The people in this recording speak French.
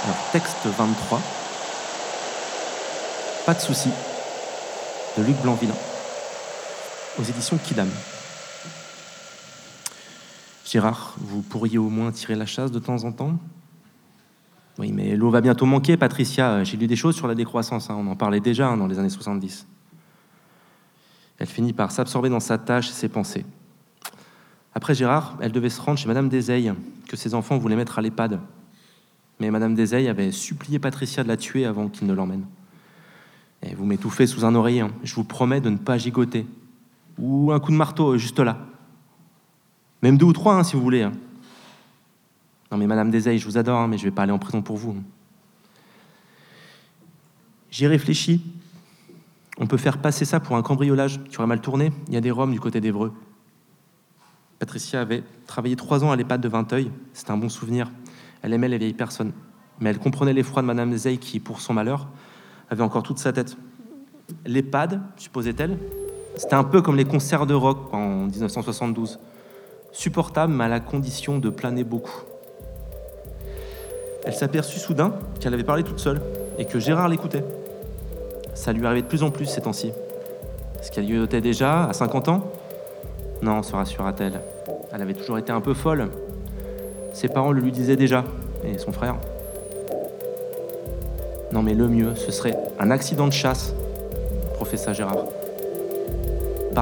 Alors, texte 23, Pas de souci, de Luc Blanc-Villain, aux éditions Kidam. Gérard, vous pourriez au moins tirer la chasse de temps en temps ? Oui, mais l'eau va bientôt manquer, Patricia. J'ai lu des choses sur la décroissance, on en parlait déjà dans les années 70. Elle finit par s'absorber dans sa tâche et ses pensées. Après Gérard, elle devait se rendre chez Madame Deseilles, que ses enfants voulaient mettre à l'EHPAD. Mais Madame Deseilles avait supplié Patricia de la tuer avant qu'il ne l'emmène. Et vous m'étouffez sous un oreiller, je vous promets de ne pas gigoter. Ou un coup de marteau, juste là. Même 2 ou 3, si vous voulez. Non mais Madame Deseilles, je vous adore, mais je ne vais pas aller en prison pour vous. J'y réfléchis. On peut faire passer ça pour un cambriolage qui aurait mal tourné. Il y a des Roms du côté d'Évreux. Patricia avait travaillé 3 ans à l'EHPAD de Vinteuil. C'était un bon souvenir. Elle aimait les vieilles personnes. Mais elle comprenait l'effroi de Madame Deseilles qui, pour son malheur, avait encore toute sa tête. L'EHPAD, supposait-elle, c'était un peu comme les concerts de rock en 1972. Supportable, mais à la condition de planer beaucoup. Elle s'aperçut soudain qu'elle avait parlé toute seule et que Gérard l'écoutait. Ça lui arrivait de plus en plus ces temps-ci. Est-ce qu'elle y était déjà, à 50 ans ? Non, se rassura-t-elle. Elle avait toujours été un peu folle. Ses parents le lui disaient déjà, et son frère. Non mais le mieux, ce serait un accident de chasse, professa Gérard. Pardon ?